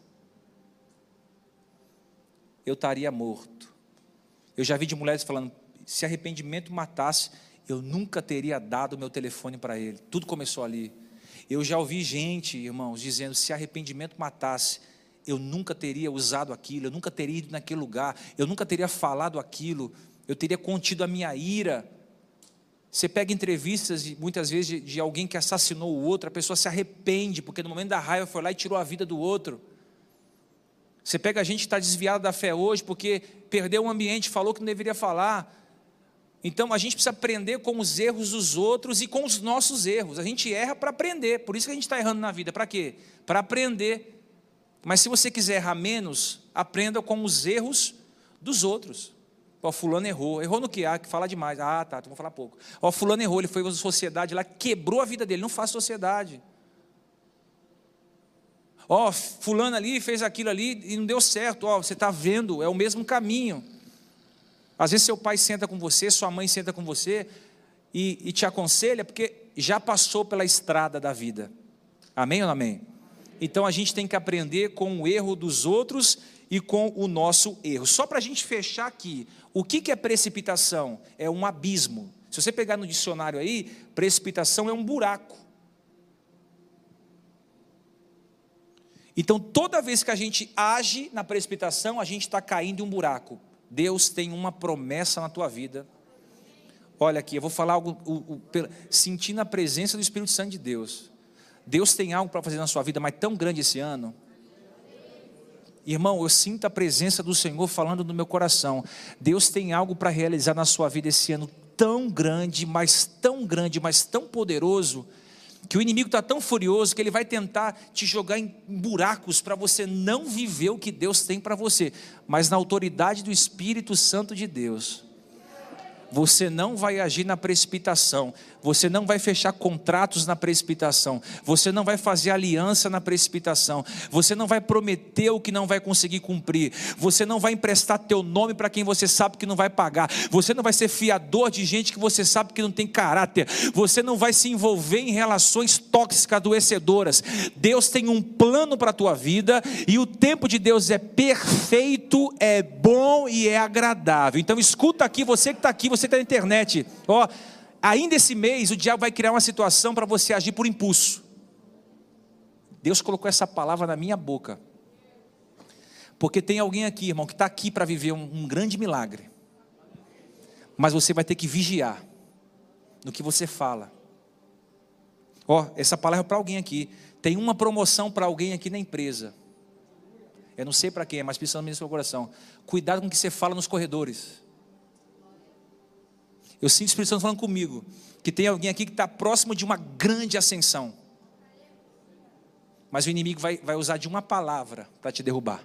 [SPEAKER 1] eu estaria morto. Eu já vi de mulheres falando, se arrependimento matasse, eu nunca teria dado o meu telefone para ele. Tudo começou ali. Eu já ouvi gente, irmãos, dizendo, se arrependimento matasse, eu nunca teria usado aquilo, eu nunca teria ido naquele lugar, eu nunca teria falado aquilo, eu teria contido a minha ira. Você pega entrevistas, muitas vezes, de alguém que assassinou o outro, a pessoa se arrepende, porque no momento da raiva foi lá e tirou a vida do outro. Você pega a gente que está desviado da fé hoje, porque perdeu o ambiente, falou que não deveria falar. Então a gente precisa aprender com os erros dos outros e com os nossos erros. A gente erra para aprender, por isso que a gente está errando na vida. Para quê? Para aprender. Mas se você quiser errar menos, aprenda com os erros dos outros. Ó, fulano errou. Errou no que? Ah, que fala demais. Ah, tá, então vou falar pouco. Ó, fulano errou, ele foi para a sociedade lá, quebrou a vida dele. Não faz sociedade. Ó, fulano ali fez aquilo ali e não deu certo. Ó, você está vendo, é o mesmo caminho. Às vezes seu pai senta com você, sua mãe senta com você e te aconselha, porque já passou pela estrada da vida. Amém ou não amém? Então a gente tem que aprender com o erro dos outros e com o nosso erro. Só para a gente fechar aqui, o que é precipitação? É um abismo. Se você pegar no dicionário aí, precipitação é um buraco. Então toda vez que a gente age na precipitação, a gente está caindo em um buraco. Deus tem uma promessa na tua vida. Olha aqui, eu vou falar algo, sentindo a presença do Espírito Santo de Deus. Deus tem algo para fazer na sua vida, mas tão grande esse ano. Irmão, eu sinto a presença do Senhor falando no meu coração. Deus tem algo para realizar na sua vida esse ano tão grande, mas tão poderoso, que o inimigo está tão furioso que ele vai tentar te jogar em buracos para você não viver o que Deus tem para você. Mas na autoridade do Espírito Santo de Deus, você não vai agir na precipitação, você não vai fechar contratos na precipitação, você não vai fazer aliança na precipitação, você não vai prometer o que não vai conseguir cumprir, você não vai emprestar teu nome para quem você sabe que não vai pagar, você não vai ser fiador de gente que você sabe que não tem caráter, você não vai se envolver em relações tóxicas, adoecedoras. Deus tem um plano para a tua vida, e o tempo de Deus é perfeito, é bom e é agradável. Então escuta aqui, você que está aqui, você está na internet, ó, ainda esse mês o diabo vai criar uma situação para você agir por impulso. Deus colocou essa palavra na minha boca, porque tem alguém aqui, irmão, que está aqui para viver um grande milagre, mas você vai ter que vigiar no que você fala. Ó, essa palavra é para alguém aqui. Tem uma promoção para alguém aqui na empresa, eu não sei para quem, mas pensando no seu coração. Cuidado com o que você fala nos corredores. Eu sinto o Espírito Santo falando comigo, que tem alguém aqui que está próximo de uma grande ascensão, mas o inimigo vai usar de uma palavra para te derrubar.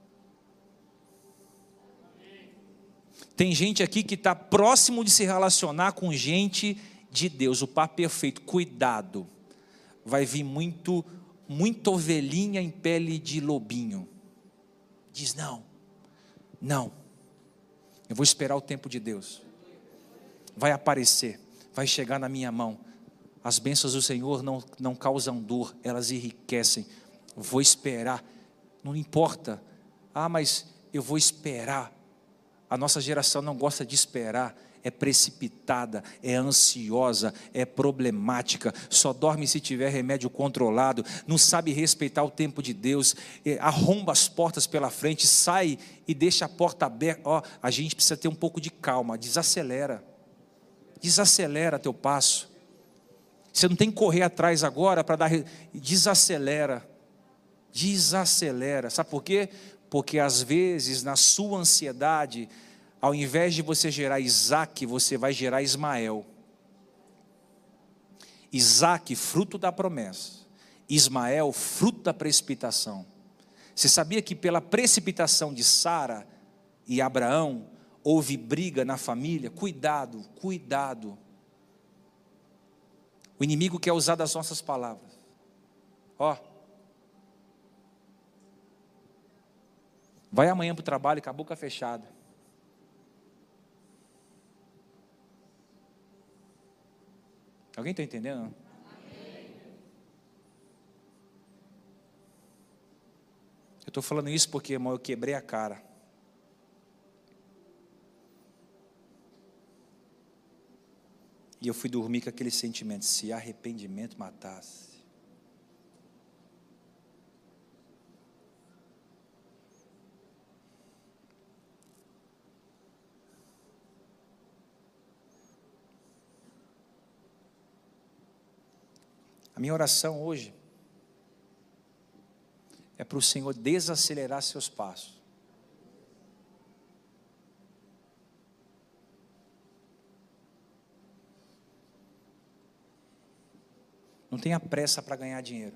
[SPEAKER 1] Tem gente aqui que está próximo de se relacionar com gente de Deus, o par perfeito. Cuidado, vai vir muito ovelhinha em pele de lobinho. Diz não, eu vou esperar o tempo de Deus. Vai aparecer, vai chegar na minha mão. As bênçãos do Senhor não causam dor, elas enriquecem. Vou esperar, não importa. Ah, mas eu vou esperar. A nossa geração não gosta de esperar, é precipitada, é ansiosa, é problemática, só dorme se tiver remédio controlado, não sabe respeitar o tempo de Deus, arromba as portas pela frente, sai e deixa a porta aberta. Ó, a gente precisa ter um pouco de calma, desacelera teu passo. Você não tem que correr atrás agora para dar, desacelera, sabe por quê? Porque às vezes na sua ansiedade, ao invés de você gerar Isaac, você vai gerar Ismael. Isaac, fruto da promessa, Ismael, fruto da precipitação. Você sabia que pela precipitação de Sara e Abraão, houve briga na família? Cuidado. O inimigo quer usar das nossas palavras. Ó, vai amanhã para o trabalho com a boca fechada. Alguém está entendendo? Eu estou falando isso porque, irmão, eu quebrei a cara. E eu fui dormir com aquele sentimento, se arrependimento matasse. A minha oração hoje é para o Senhor desacelerar seus passos. Não tenha pressa para ganhar dinheiro.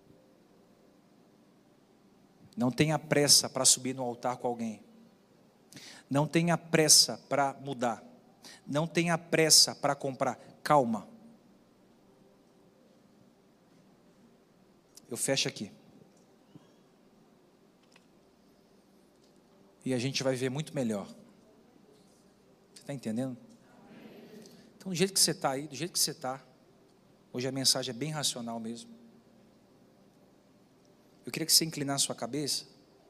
[SPEAKER 1] Não tenha pressa para subir no altar com alguém. Não tenha pressa para mudar. Não tenha pressa para comprar. Calma. Eu fecho aqui. E a gente vai ver muito melhor. Você está entendendo? Então, do jeito que você está aí, do jeito que você está, hoje a mensagem é bem racional mesmo. Eu queria que você inclinasse sua cabeça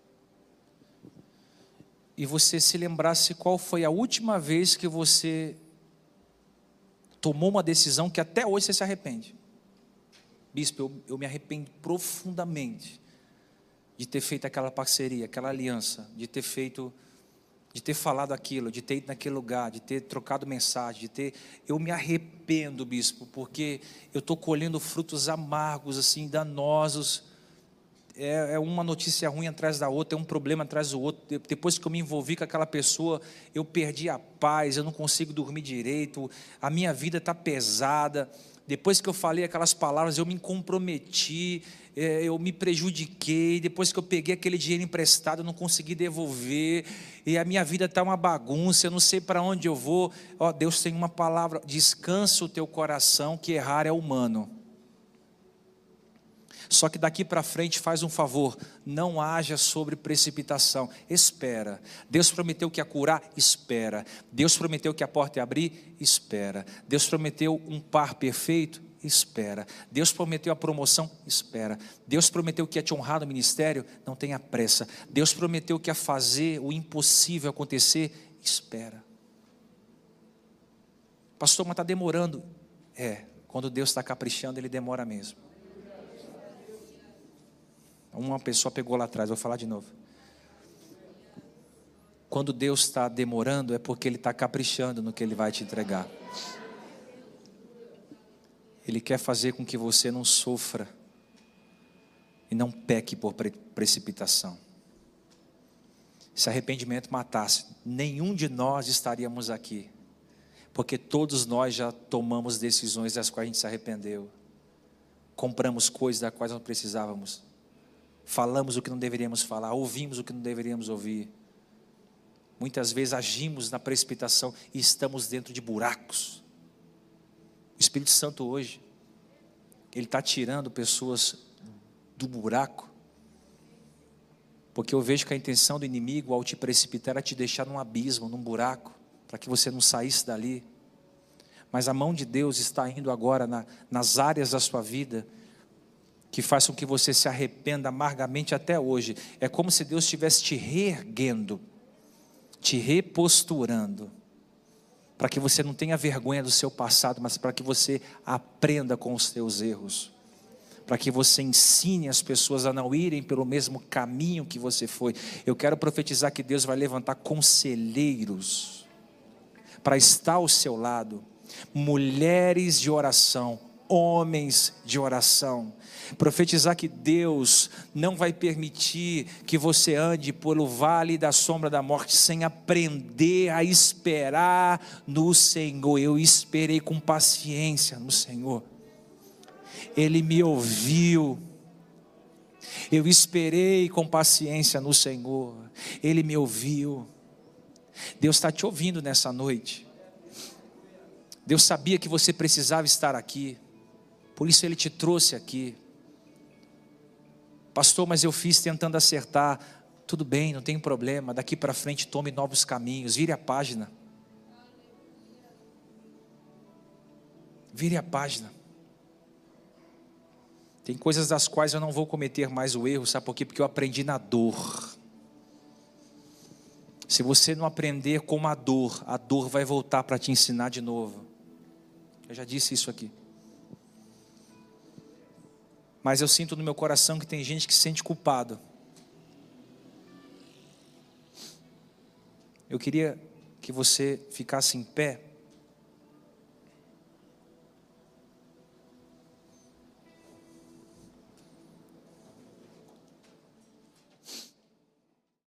[SPEAKER 1] e você se lembrasse qual foi a última vez que você tomou uma decisão que até hoje você se arrepende. Bispo, eu me arrependo profundamente de ter feito aquela parceria, aquela aliança, de ter falado aquilo, de ter ido naquele lugar, de ter trocado mensagem, eu me arrependo, bispo, porque eu estou colhendo frutos amargos, assim, danosos. É uma notícia ruim atrás da outra, é um problema atrás do outro. Depois que eu me envolvi com aquela pessoa, eu perdi a paz, eu não consigo dormir direito, a minha vida está pesada. Depois que eu falei aquelas palavras, eu me comprometi, eu me prejudiquei. Depois que eu peguei aquele dinheiro emprestado, eu não consegui devolver, e a minha vida está uma bagunça, eu não sei para onde eu vou. Deus tem uma palavra: descansa o teu coração, que errar é humano. Só que daqui para frente, faz um favor, não haja sobre precipitação, espera. Deus prometeu que ia curar, espera. Deus prometeu que a porta ia abrir, espera. Deus prometeu um par perfeito, espera. Deus prometeu a promoção, espera. Deus prometeu que ia te honrar no ministério, não tenha pressa. Deus prometeu que ia fazer o impossível acontecer, espera. Pastor, mas está demorando. Quando Deus está caprichando, Ele demora mesmo. Uma pessoa pegou lá atrás, vou falar de novo. Quando Deus está demorando, é porque Ele está caprichando no que Ele vai te entregar. Ele quer fazer com que você não sofra e não peque por precipitação. Se arrependimento matasse, nenhum de nós estaríamos aqui, porque todos nós já tomamos decisões das quais a gente se arrependeu. Compramos coisas das quais não precisávamos. Falamos o que não deveríamos falar, ouvimos o que não deveríamos ouvir. Muitas vezes agimos na precipitação e estamos dentro de buracos. O Espírito Santo hoje, Ele está tirando pessoas do buraco, porque eu vejo que a intenção do inimigo ao te precipitar era te deixar num abismo, num buraco, para que você não saísse dali. Mas a mão de Deus está indo agora nas áreas da sua vida, que faz com que você se arrependa amargamente até hoje. É como se Deus estivesse te reerguendo, te reposturando, para que você não tenha vergonha do seu passado, mas para que você aprenda com os seus erros, para que você ensine as pessoas a não irem pelo mesmo caminho que você foi. Eu quero profetizar que Deus vai levantar conselheiros para estar ao seu lado, mulheres de oração, homens de oração. Profetizar que Deus não vai permitir que você ande pelo vale da sombra da morte sem aprender a esperar no Senhor. Eu esperei com paciência no Senhor, Ele me ouviu. Eu esperei com paciência no Senhor, Ele me ouviu. Deus está te ouvindo nessa noite. Deus sabia que você precisava estar aqui, por isso Ele te trouxe aqui. Pastor, mas eu fiz tentando acertar. Tudo bem, não tem problema. Daqui para frente tome novos caminhos. Vire a página. Vire a página. Tem coisas das quais eu não vou cometer mais o erro. Sabe por quê? Porque eu aprendi na dor. Se você não aprender com a dor vai voltar para te ensinar de novo. Eu já disse isso aqui. Mas eu sinto no meu coração que tem gente que se sente culpado. Eu queria que você ficasse em pé.